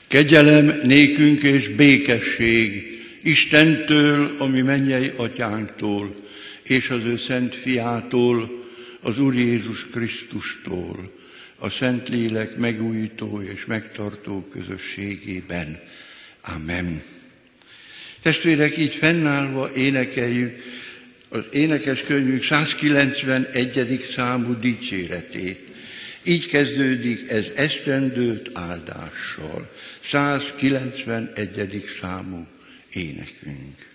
Kegyelem nékünk és békesség Istentől, ami mennyei atyánktól, és az ő szent fiától, az Úr Jézus Krisztustól, a Szentlélek megújító és megtartó közösségében. Amen. Testvérek, így fennállva énekeljük az énekeskönyvünk 191. számú dicséretét. Így kezdődik ez esztendőt áldással. 191. számú énekünk.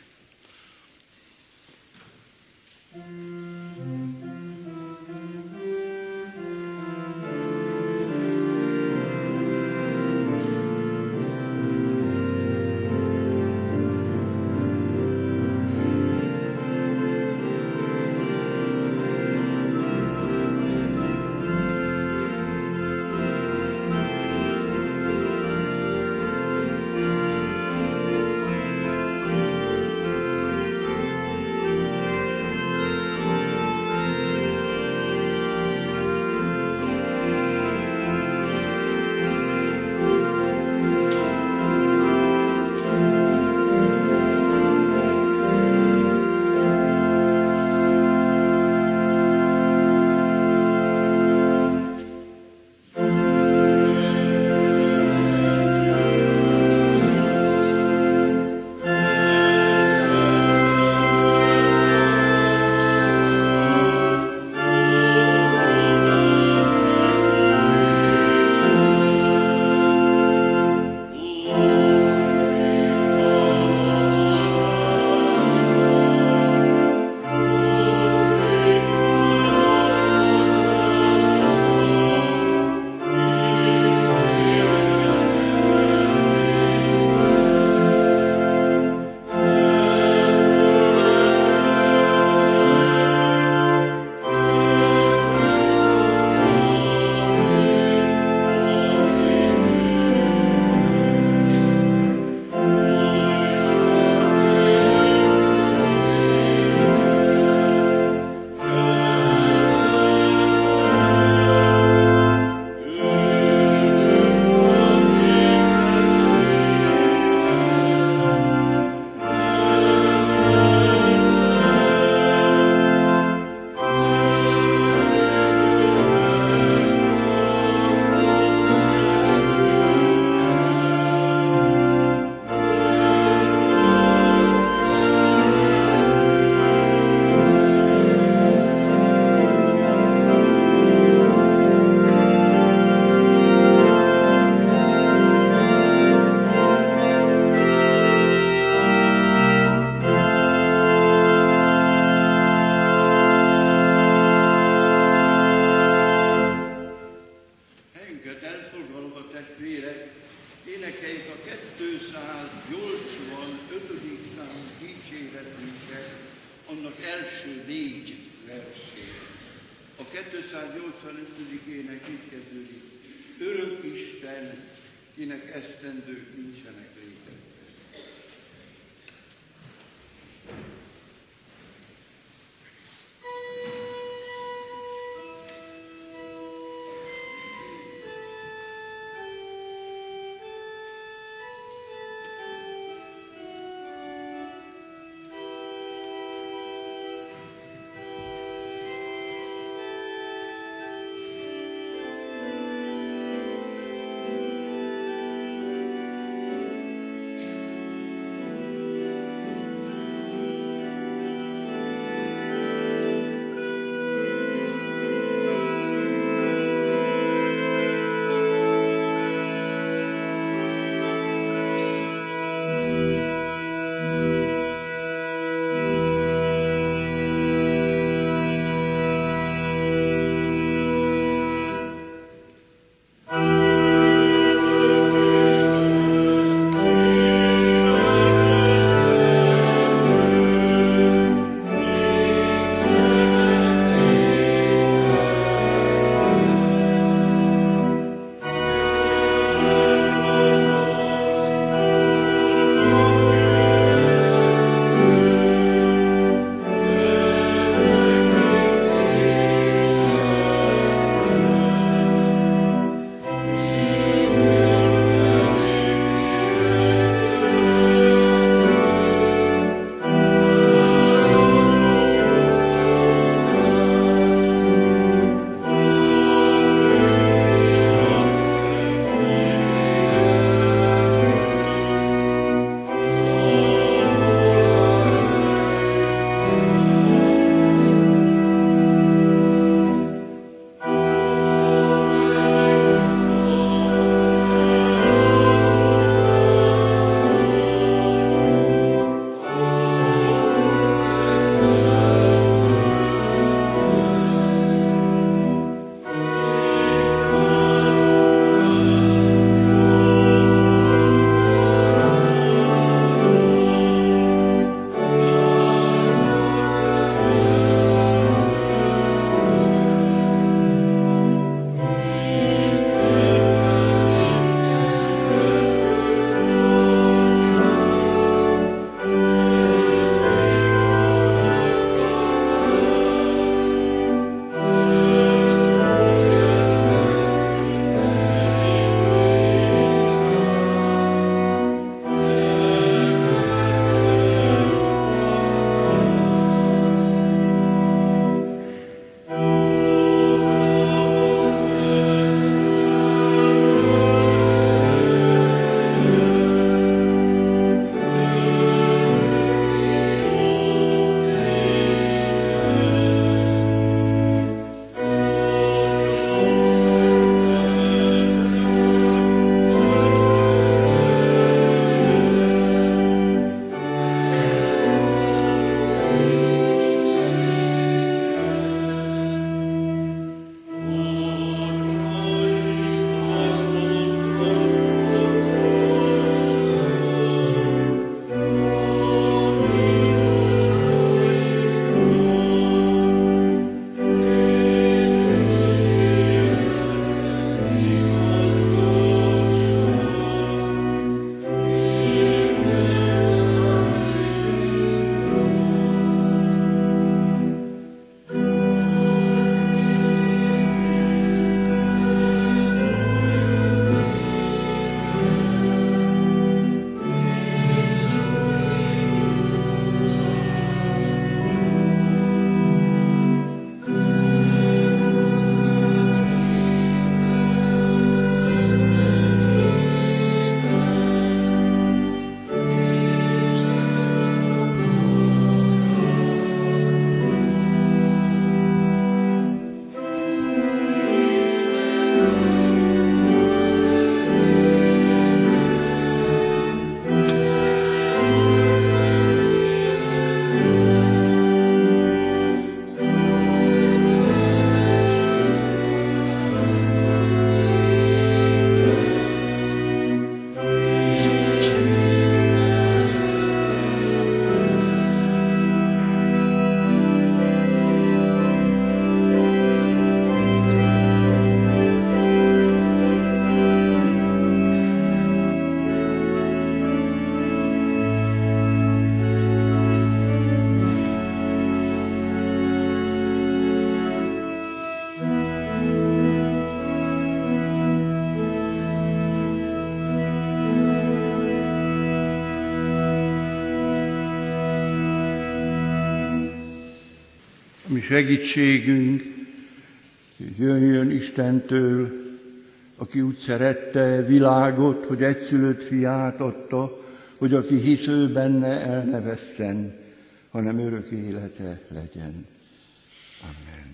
mi segítségünk jöjjön Istentől, aki úgy szerette világot, hogy egyszülött fiát adta, hogy aki hisz ő benne, el ne vesszen, hanem örök élete legyen. Amen.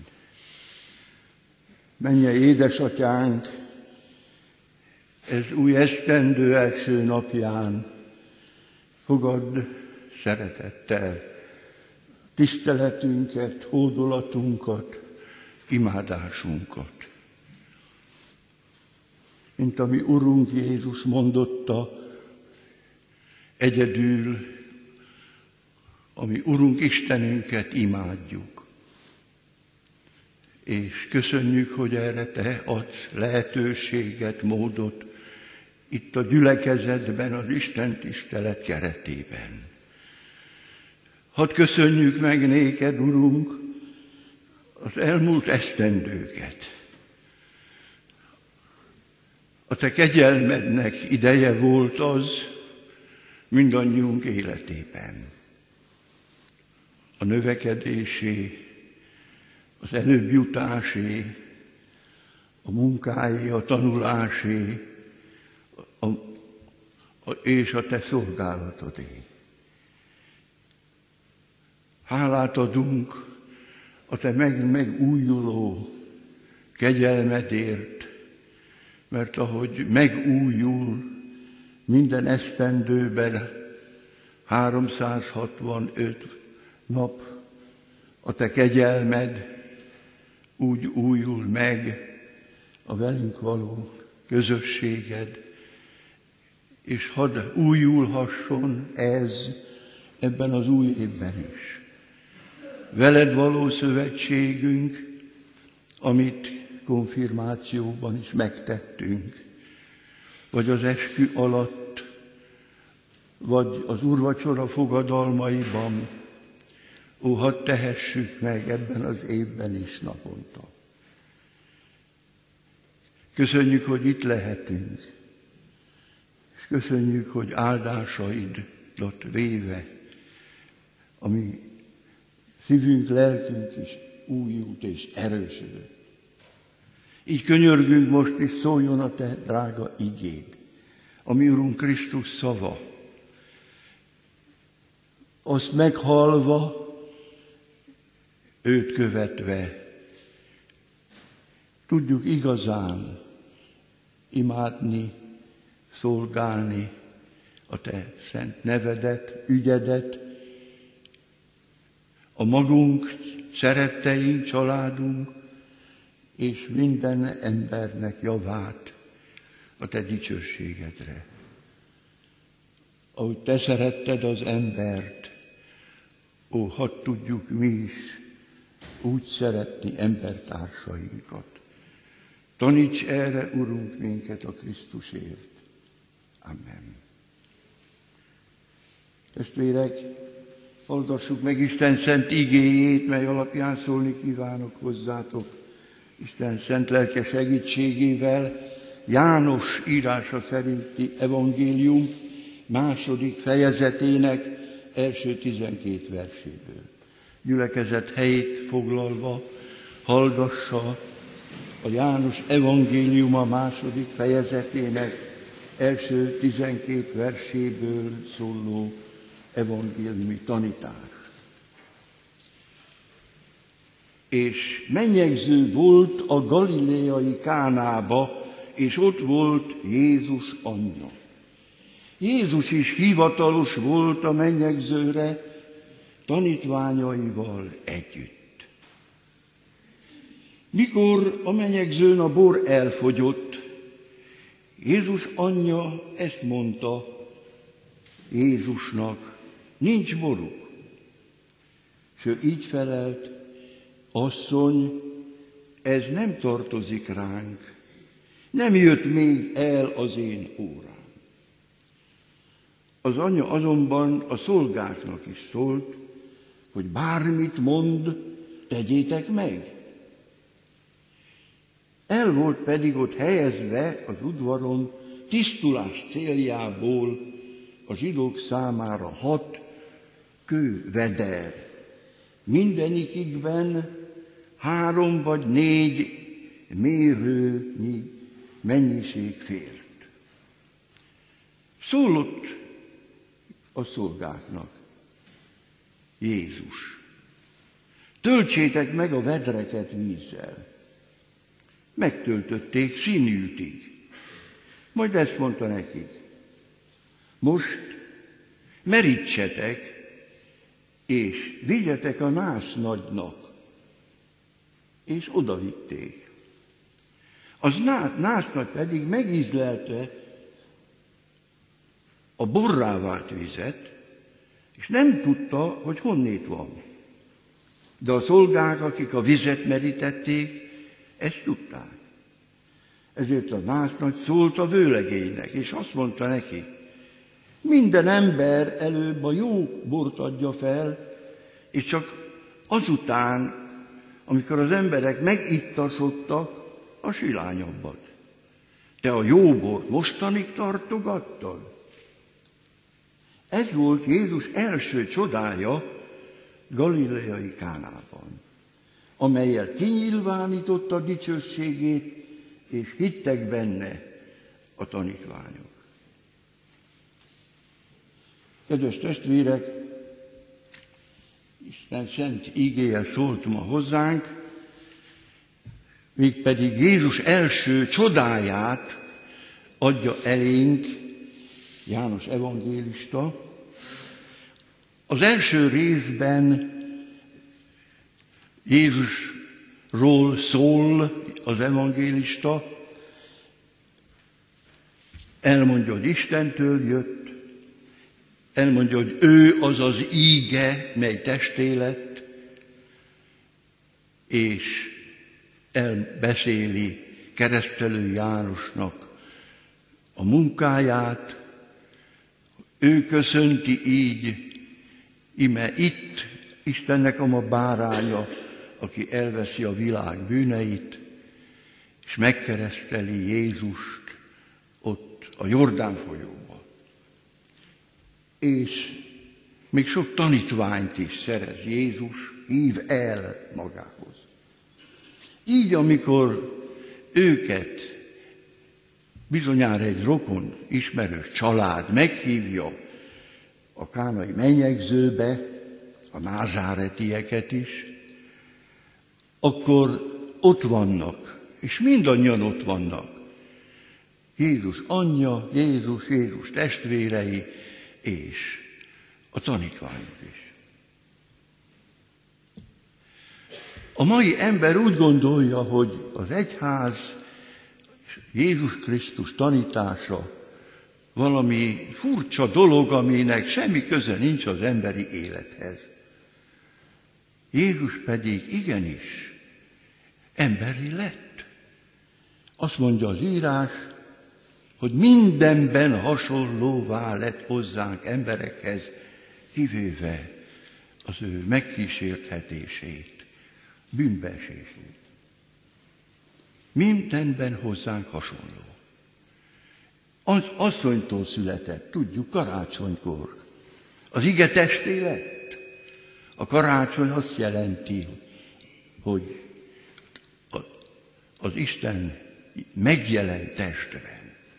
Mennyei édesatyánk, ez új esztendő első napján fogadd szeretettel tiszteletünket, hódolatunkat, imádásunkat. Mint ami Urunk Jézus mondotta, egyedül, ami Urunk Istenünket imádjuk. És köszönjük, hogy erre Te adsz lehetőséget, módot itt a gyülekezetben, az Isten tisztelet keretében. Hadd köszönjük meg néked, Urunk, az elmúlt esztendőket. A Te kegyelmednek ideje volt az mindannyiunk életében. A növekedésé, az előbbjutásé, a munkái, a tanulásé, és a Te szolgálatodé. Hálát adunk a Te megújuló kegyelmedért, mert ahogy megújul minden esztendőben 365 nap a Te kegyelmed, úgy újul meg a velünk való közösséged, és hadd újulhasson ez ebben az új évben is. Veled való szövetségünk, amit konfirmációban is megtettünk, vagy az eskü alatt, vagy az úrvacsora fogadalmaiban, hadd tehessük meg ebben az évben is naponta. Köszönjük, hogy itt lehetünk, és köszönjük, hogy áldásaidat véve, ami szívünk, lelkünk is újult és erősödött. Így könyörgünk most is, szóljon a Te drága igéd, a mi Urunk Krisztus szava. Azt meghallva, őt követve, tudjuk igazán imádni, szolgálni a Te szent nevedet, ügyedet, a magunk, szeretteink, családunk, és minden embernek javát a Te dicsőségedre. Ahogy Te szeretted az embert, hadd tudjuk mi is úgy szeretni embertársainkat. Taníts erre, Urunk, minket a Krisztusért. Amen. Testvérek, hallgassuk meg Isten szent igéjét, mely alapján szólni kívánok hozzátok. Isten szent lelke segítségével János írása szerinti evangélium 2. fejezetének első 12 verséből. Gyülekezet helyét foglalva hallgassa a János evangéliuma 2. fejezetének első 12 verséből szóló evangéliumi tanítás. És mennyegző volt a galileai Kánába, és ott volt Jézus anyja. Jézus is hivatalos volt a mennyegzőre, tanítványaival együtt. Mikor a mennyegzőn a bor elfogyott, Jézus anyja ezt mondta Jézusnak, nincs boruk. És ő így felelt, asszony, ez nem tartozik ránk, nem jött még el az én órám. Az anya azonban a szolgáknak is szólt, hogy bármit mond, tegyétek meg. El volt pedig ott helyezve az udvaron tisztulás céljából a zsidók számára 6 kőveder, mindenikikben 3 vagy 4 mérőnyi mennyiség fért. Szólott a szolgáknak Jézus: töltsétek meg a vedreket vízzel. Megtöltötték színűtig. Majd ezt mondta nekik: most merítsetek, és vigyetek a násznagynak. És odavitték. Az násznagy pedig megízlelte a borrá vált vizet, és nem tudta, hogy honnét van. De a szolgák, akik a vizet merítették, ezt tudták. Ezért a násznagy szólt a vőlegénynek, és azt mondta neki: minden ember előbb a jó bort adja fel, és csak azután, amikor az emberek megittasodtak, a silányabbat. Te a jó bort mostanig tartogattad? Ez volt Jézus első csodája galileai Kánában, amellyel kinyilvánította dicsőségét, és hittek benne a tanítványok. Kedves testvérek, Isten szent ígéje szólt ma hozzánk, mégpedig Jézus első csodáját adja elénk János evangélista. Az első részben Jézusról szól az evangélista, elmondja, hogy Istentől jött, elmondja, hogy ő az az íge, mely testé lett, és elbeszéli keresztelő Jánosnak a munkáját. Ő köszönti így: ime itt Istennek a ma báránya, aki elveszi a világ bűneit, és megkereszteli Jézust ott a Jordán folyóban. És még sok tanítványt is szerez Jézus, hív el magához. Így, amikor őket bizonyára egy rokon, ismerős család meghívja a kánai menyegzőbe, a názáretieket is, akkor ott vannak, és mindannyian ott vannak. Jézus anyja, Jézus testvérei, és a tanítványok is. A mai ember úgy gondolja, hogy az egyház és Jézus Krisztus tanítása valami furcsa dolog, aminek semmi köze nincs az emberi élethez. Jézus pedig igenis emberi lett. Azt mondja az írás, hogy mindenben hasonlóvá lett hozzánk emberekhez, kivéve az ő megkísérthetését, bűnbeesését. Mindenben hozzánk hasonló. Az asszonytól született, tudjuk, karácsonykor. Az ige testé lett. A karácsony azt jelenti, hogy az Isten megjelent testben.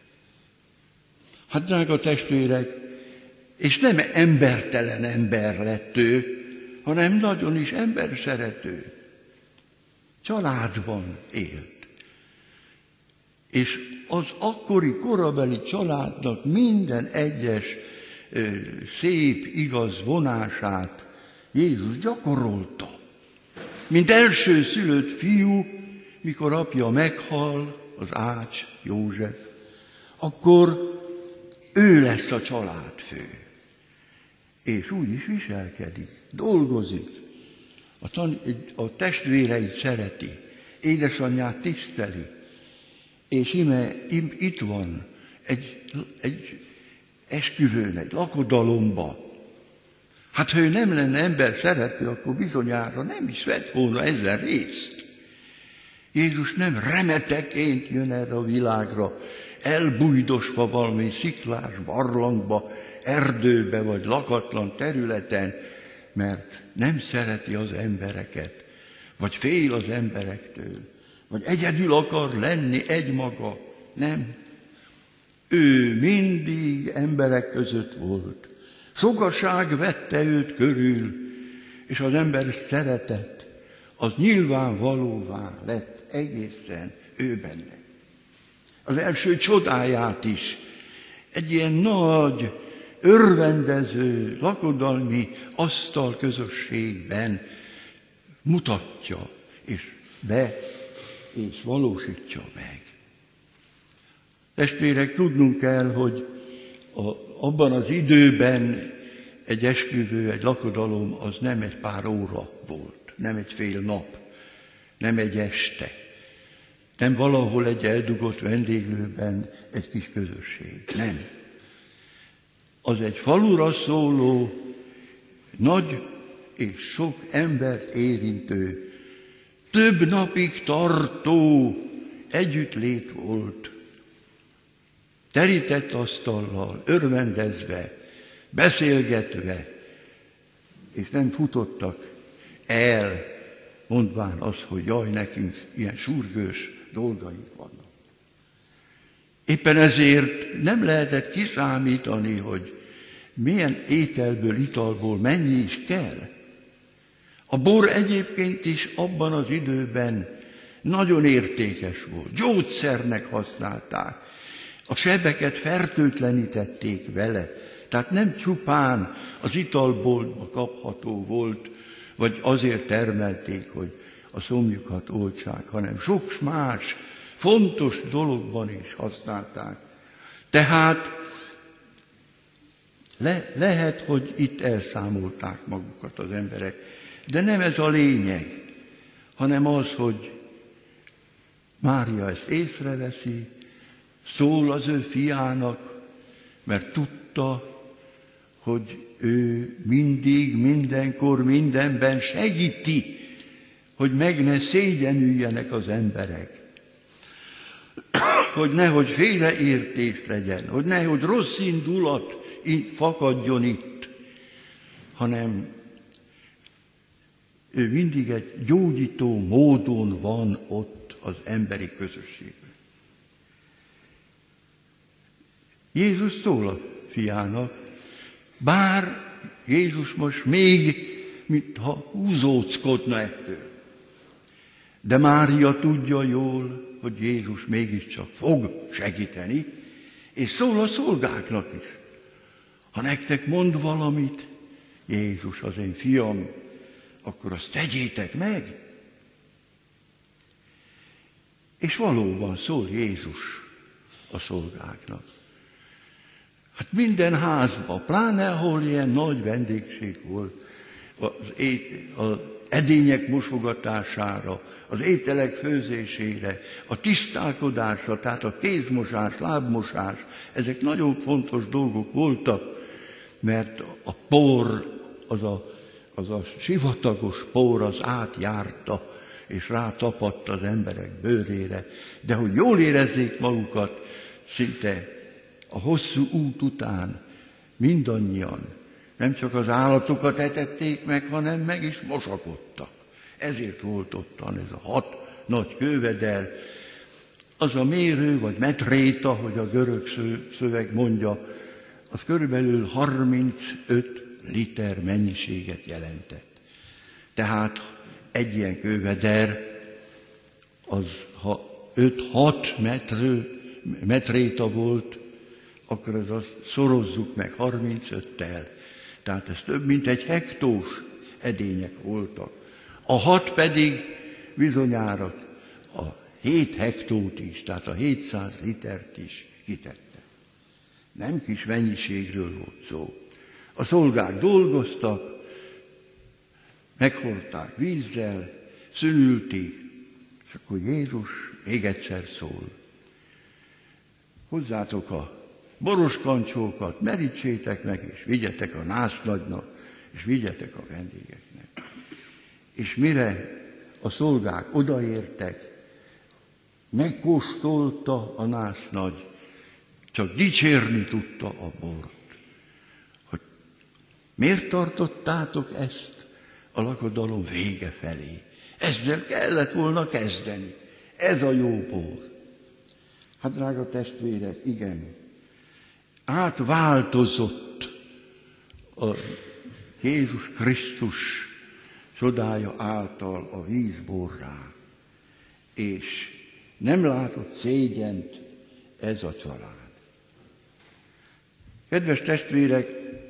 Hát, drága testvérek, és nem embertelen ember lett ő, hanem nagyon is emberszerető. Családban élt. És az akkori korabeli családnak minden egyes szép, igaz vonását Jézus gyakorolta. Mint első szülött fiú, mikor apja meghal, az Ács József, akkor ő lesz a családfő. És úgy is viselkedik, dolgozik, a testvéreit szereti, édesanyját tiszteli, és itt van egy esküvőn, egy lakodalomba. Hát, ha ő nem lenne ember szerető, akkor bizonyára nem is vett volna ezzel részt. Jézus nem remeteként jön erre a világra, elbújdosva valami sziklás barlangba, erdőbe vagy lakatlan területen, mert nem szereti az embereket, vagy fél az emberektől, vagy egyedül akar lenni egymaga. Nem. Ő mindig emberek között volt. Sokaság vette őt körül, és az ember szeretet, az nyilvánvalóvá lett egészen ő benne. Az első csodáját is egy ilyen nagy, örvendező, lakodalmi asztal közösségben mutatja, és valósítja meg. Testvérek, tudnunk kell, hogy abban az időben egy esküvő, egy lakodalom az nem egy pár óra volt, nem egy fél nap, nem egy este, nem valahol egy eldugott vendéglőben egy kis közösség, nem. Az egy falura szóló, nagy és sok embert érintő, több napig tartó együttlét volt. Terített asztallal, örvendezve, beszélgetve, és nem futottak el, mondván azt, hogy jaj, nekünk ilyen sürgős dolgaink vannak. Éppen ezért nem lehetett kiszámítani, hogy milyen ételből, italból mennyi is kell. A bor egyébként is abban az időben nagyon értékes volt. Gyógyszernek használták. A sebeket fertőtlenítették vele. Tehát nem csupán az italboltba kapható volt, vagy azért termelték, hogy a szomjukat oltsák, hanem sok más fontos dologban is használták. Tehát lehet, hogy itt elszámolták magukat az emberek, de nem ez a lényeg, hanem az, hogy Mária ezt észreveszi, szól az ő fiának, mert tudta, hogy ő mindig, mindenkor, mindenben segíti, hogy meg ne szégyenüljenek az emberek. Hogy nehogy félreértés legyen, hogy nehogy rossz indulat fakadjon itt, hanem ő mindig egy gyógyító módon van ott az emberi közösségben. Jézus szól a fiának, bár Jézus most még, mintha húzóckodna ettől. De Mária tudja jól, hogy Jézus mégiscsak fog segíteni, és szól a szolgáknak is. Ha nektek mond valamit, Jézus az én fiam, akkor azt tegyétek meg. És valóban szól Jézus a szolgáknak. Hát minden házban, pláne ahol ilyen nagy vendégség volt, az edények mosogatására, az ételek főzésére, a tisztálkodásra, tehát a kézmosás, lábmosás, ezek nagyon fontos dolgok voltak, mert a por, az a sivatagos por az átjárta, és rátapadt az emberek bőrére, de hogy jól érezzék magukat, szinte a hosszú út után mindannyian nem csak az állatokat etették meg, hanem meg is mosakodtak. Ezért volt ottan ez a 6 nagy kőveder, az a mérő, vagy metréta, hogy a görög szöveg mondja, az körülbelül 35 liter mennyiséget jelentett. Tehát egy ilyen kőveder, az ha 5-6 metréta volt, akkor azt szorozzuk meg 35-tel. Tehát ez több mint egy hektós edények voltak. A 6 pedig bizonyára a 7 hektót is, tehát a 700 litert is kitette. Nem kis mennyiségről volt szó. A szolgák dolgoztak, meghordták vízzel, szünülték, és akkor Jézus még egyszer szól. Hozzátok a boroskancsókat, merítsétek meg, és vigyetek a násznagynak, és vigyetek a vendégeknek. És mire a szolgák odaértek, megkóstolta a násznagy, csak dicsérni tudta a bort. Hogy miért tartottátok ezt a lakodalom vége felé? Ezzel kellett volna kezdeni. Ez a jó por. Hát, drága testvérek, igen, átváltozott a Jézus Krisztus csodája által a víz borrá, és nem látott szégyent ez a család. Kedves testvérek,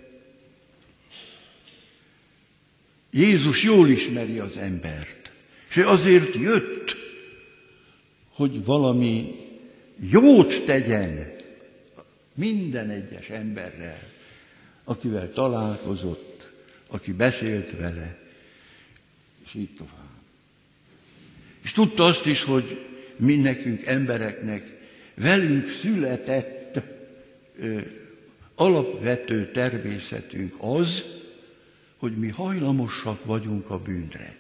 Jézus jól ismeri az embert, és azért jött, hogy valami jót tegyen minden egyes emberrel, akivel találkozott, aki beszélt vele, és így tovább. És tudta azt is, hogy mi nekünk embereknek velünk született alapvető természetünk az, hogy mi hajlamosak vagyunk a bűnre.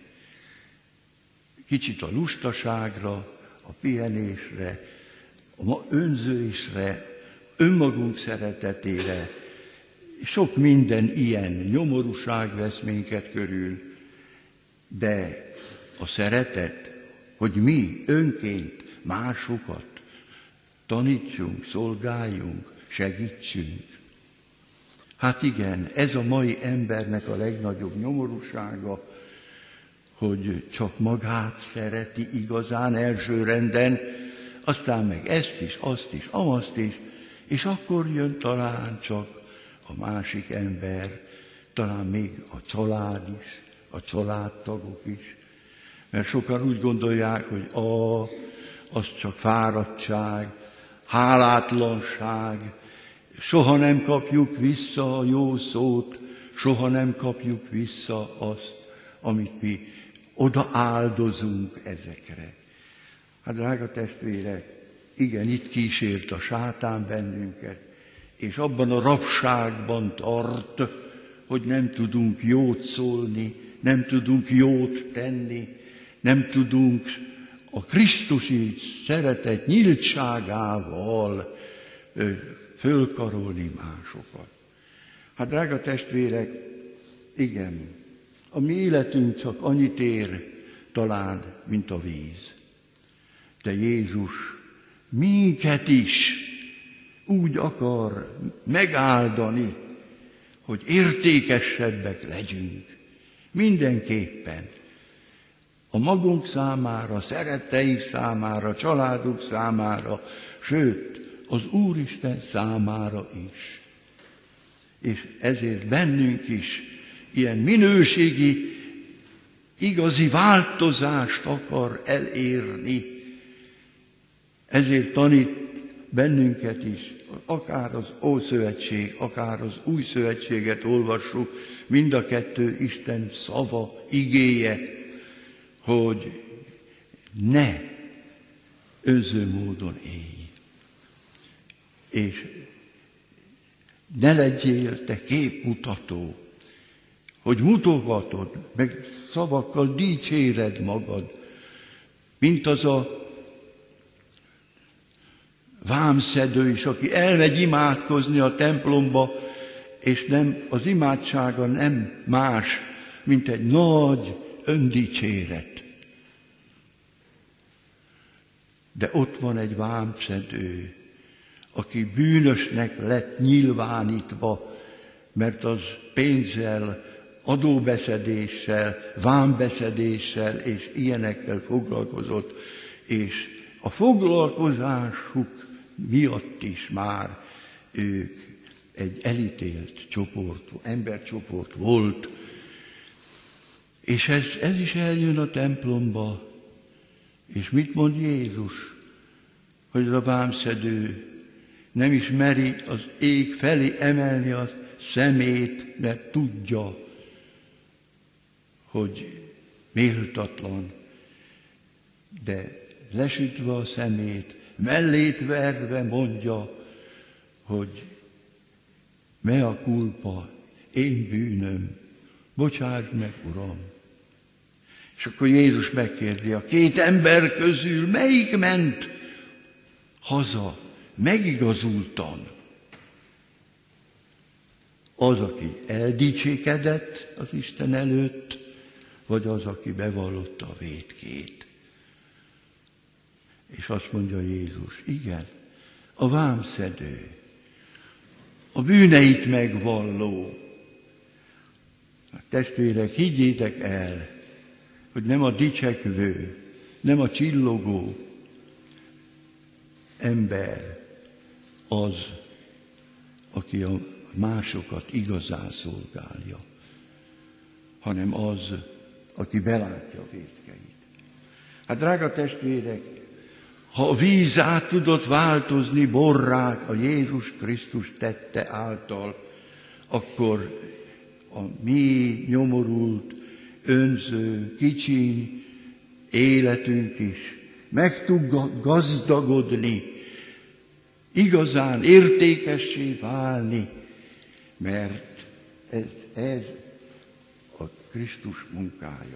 Kicsit a lustaságra, a pihenésre, a önzésre, önmagunk szeretetére. Sok minden ilyen nyomorúság vesz minket körül, de a szeretet, hogy mi önként másokat tanítsunk, szolgáljunk, segítsünk. Hát igen, ez a mai embernek a legnagyobb nyomorúsága, hogy csak magát szereti igazán elsőrenden, aztán meg ezt is, azt is, amazt is, és akkor jön talán csak a másik ember, talán még a család is, a családtagok is, mert sokan úgy gondolják, hogy az csak fáradtság, hálátlanság, soha nem kapjuk vissza a jó szót, soha nem kapjuk vissza azt, amit mi odaáldozunk ezekre. Hát, drága testvérek, igen, itt kísért a sátán bennünket, és abban a rabságban tart, hogy nem tudunk jót szólni, nem tudunk jót tenni, nem tudunk a krisztusi szeretet nyíltságával fölkarolni másokat. Hát, drága testvérek, igen, a mi életünk csak annyit ér talán, mint a víz. De Jézus minket is úgy akar megáldani, hogy értékesebbek legyünk. Mindenképpen. A magunk számára, szeretteink számára, családunk számára, sőt, az Úristen számára is. És ezért bennünk is ilyen minőségi, igazi változást akar elérni. Ezért tanít bennünket is, akár az Ószövetség, akár az Új Szövetséget olvassuk, mind a kettő Isten szava, igéje, hogy ne önző módon élj. És ne legyél te képmutató, hogy mutogatod, meg szavakkal dicséred magad, mint az a vámszedő is, aki elmegy imádkozni a templomba, és nem, az imádsága nem más, mint egy nagy öndicséret. De ott van egy vámszedő, aki bűnösnek lett nyilvánítva, mert az pénzzel, adóbeszedéssel, vámbeszedéssel és ilyenekkel foglalkozott, és a foglalkozásuk miatt is már ők egy elítélt csoport, embercsoport volt, és ez is eljön a templomba, és mit mond Jézus? Hogy a vámszedő nem is meri az ég felé emelni a szemét, mert tudja, hogy méltatlan, de lesütve a szemét, mellét verve mondja, hogy mea culpa, én bűnöm, bocsáss meg, Uram. És akkor Jézus megkérdi, a két ember közül melyik ment haza megigazultan? Az, aki eldicsékedett az Isten előtt, vagy az, aki bevallotta a vétkét. És azt mondja Jézus, igen, a vámszedő, a bűneit megvalló. Testvérek, higgyétek el, hogy nem a dicsekvő, nem a csillogó ember az, aki a másokat igazán szolgálja, hanem az, aki belátja a vétkeit. Hát drága testvérek, ha a víz át tudott változni borrá a Jézus Krisztus tette által, akkor a mi nyomorult, önző, kicsiny életünk is meg tud gazdagodni, igazán értékessé válni, mert ez a Krisztus munkája.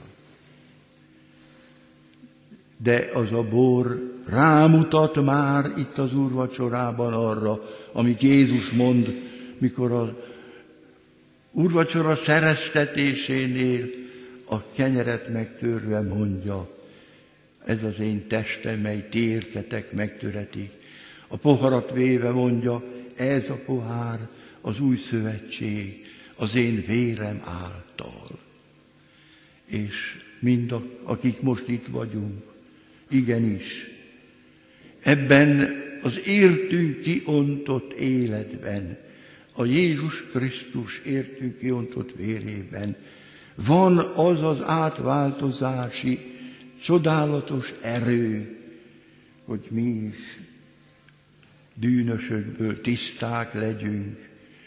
De az a bor rámutat már itt az úrvacsorában arra, amit Jézus mond, mikor az úrvacsora szereztetésénél a kenyeret megtörve mondja, ez az én testem, mely ti értetek megtöretik. A poharat véve mondja, ez a pohár az új szövetség, az én vérem által. És mind akik most itt vagyunk, igenis, ebben az értünk kiontott életben, a Jézus Krisztus értünk kiontott vérében van az az átváltozási, csodálatos erő, hogy mi is bűnösökből tiszták legyünk,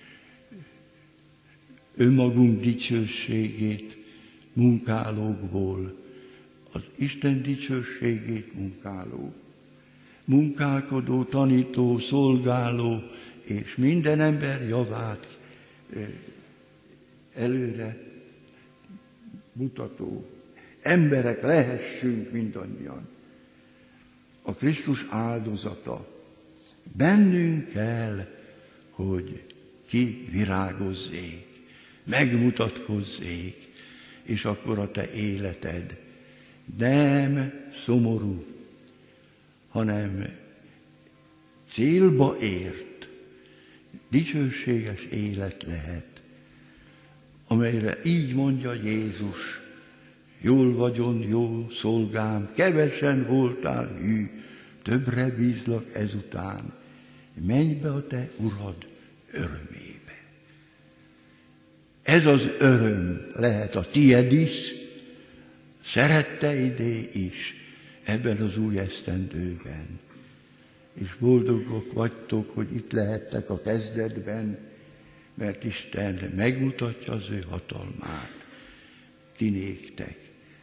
önmagunk dicsőségét munkálókból, az Isten dicsőségét munkáló, munkálkodó, tanító, szolgáló, és minden ember javát előre mutató emberek lehessünk mindannyian. A Krisztus áldozata bennünk kell, hogy kivirágozzék, megmutatkozzék, és akkor a te életed nem szomorú, hanem célba ért, dicsőséges élet lehet, amelyre így mondja Jézus, jól vagyon, jó szolgám, kevesen voltál hű, többre bízlak ezután, menj be a te urad örömébe. Ez az öröm lehet a tied is, szeretteidé is, ebben az új esztendőben. És boldogok vagytok, hogy itt lehettek a kezdetben, mert Isten megmutatja az ő hatalmát ti néktek.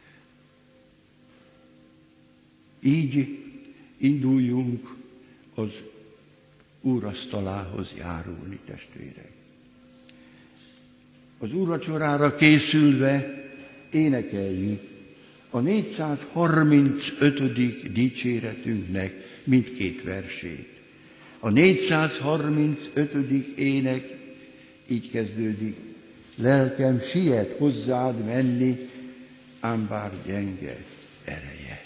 Így induljunk az úrasztalához járulni, testvérek. Az úrvacsorára készülve énekeljük a 435. dicséretünknek mindkét versét. A 435. ének így kezdődik. Lelkem siet hozzád menni, ám bár gyenge ereje.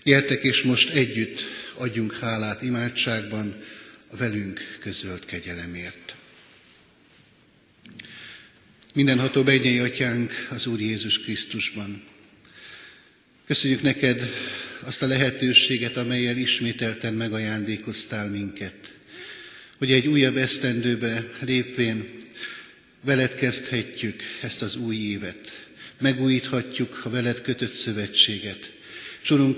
Gyertek, és most együtt adjunk hálát imádságban a velünk közölt kegyelemért. Mindenható mennyei Atyánk az Úr Jézus Krisztusban. Köszönjük neked azt a lehetőséget, amellyel ismételten megajándékoztál minket, hogy egy újabb esztendőbe lépvén veled kezdhetjük ezt az új évet, megújíthatjuk a veled kötött szövetséget. És Urunk,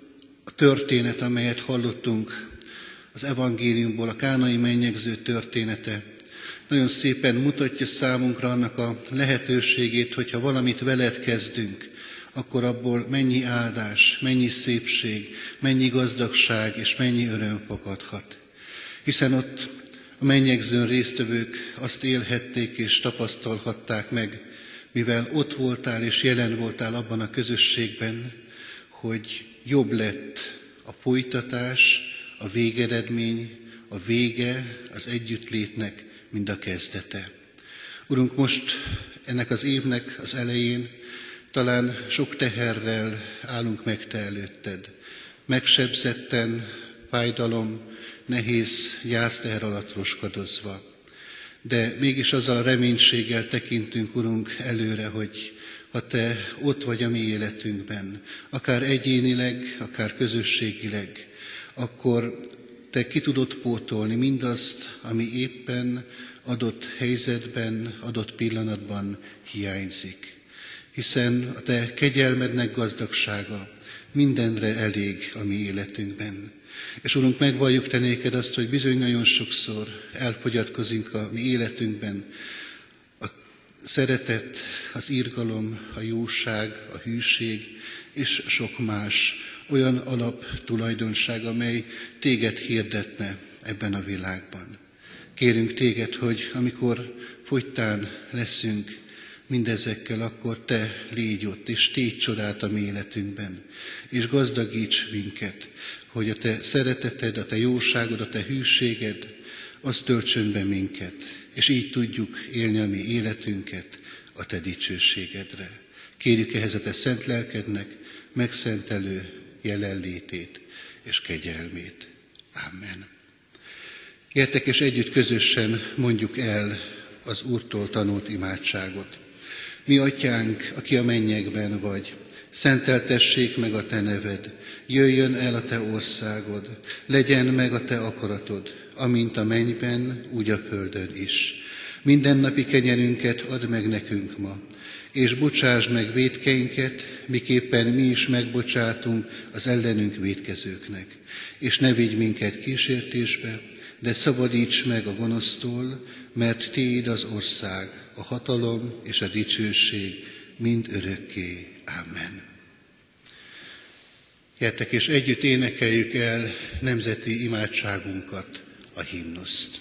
a történet, amelyet hallottunk az evangéliumból, a kánai mennyegző története, nagyon szépen mutatja számunkra annak a lehetőségét, hogyha valamit veled kezdünk, akkor abból mennyi áldás, mennyi szépség, mennyi gazdagság és mennyi öröm fakadhat. Hiszen ott a mennyegzőn résztvevők azt élhették és tapasztalhatták meg, mivel ott voltál és jelen voltál abban a közösségben, hogy jobb lett a folytatás, a végeredmény, a vége az együttlétnek, mint a kezdete. Urunk, most ennek az évnek az elején talán sok teherrel állunk meg Te előtted. Megsebzetten, fájdalom, nehéz gyászteher alatt roskadozva. De mégis azzal a reménységgel tekintünk, Urunk, előre, hogy ha Te ott vagy a mi életünkben, akár egyénileg, akár közösségileg, akkor Te ki tudod pótolni mindazt, ami éppen adott helyzetben, adott pillanatban hiányzik. Hiszen a Te kegyelmednek gazdagsága mindenre elég a mi életünkben. És Urunk, megvalljuk Te néked azt, hogy bizony nagyon sokszor elfogyatkozunk a mi életünkben a szeretet, az irgalom, a jóság, a hűség és sok más olyan alaptulajdonság, amely Téged hirdetne ebben a világban. Kérünk Téged, hogy amikor fogytán leszünk mindezekkel, akkor Te légy ott, és tégy csodát a mi életünkben, és gazdagíts minket, hogy a Te szereteted, a Te jóságod, a Te hűséged, az töltsön be minket, és így tudjuk élni a mi életünket a Te dicsőségedre. Kérjük ehhez a Te szent lelkednek megszentelő jelenlétét és kegyelmét. Amen. Gyertek, és együtt közösen mondjuk el az Úrtól tanult imádságot. Mi Atyánk, aki a mennyekben vagy, szenteltessék meg a Te neved, jöjjön el a Te országod, legyen meg a Te akaratod, amint a mennyben, úgy a földön is. Mindennapi kenyerünket add meg nekünk ma, és bocsásd meg vétkeinket, miképpen mi is megbocsátunk az ellenünk vétkezőknek. És ne vigy minket kísértésbe, de szabadíts meg a gonosztól, mert Tiéd az ország, a hatalom és a dicsőség mind örökké. Amen. Gyertek, és együtt énekeljük el nemzeti imádságunkat, a himnuszt.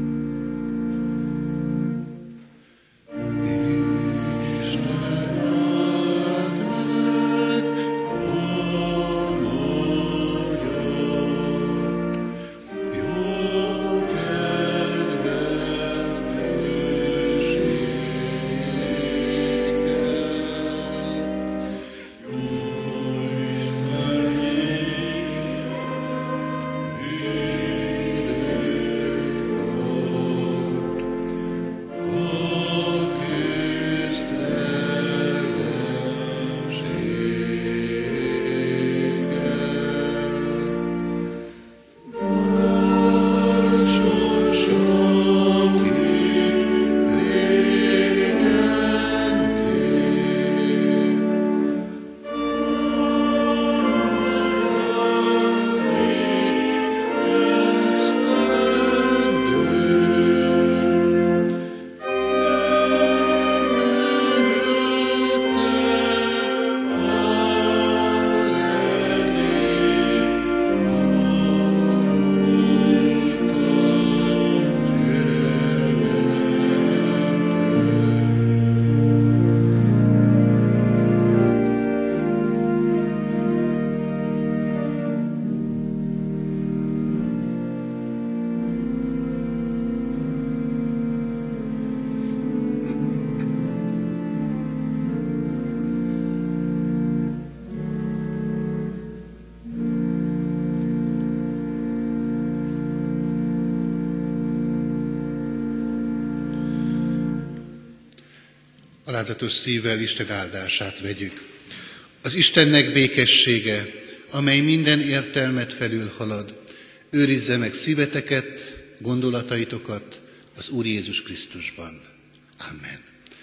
Isten Alázatos szívvel Isten áldását vegyük. Az Istennek békessége, amely minden értelmet felülhalad, őrizze meg szíveteket, gondolataitokat az Úr Jézus Krisztusban. Amen.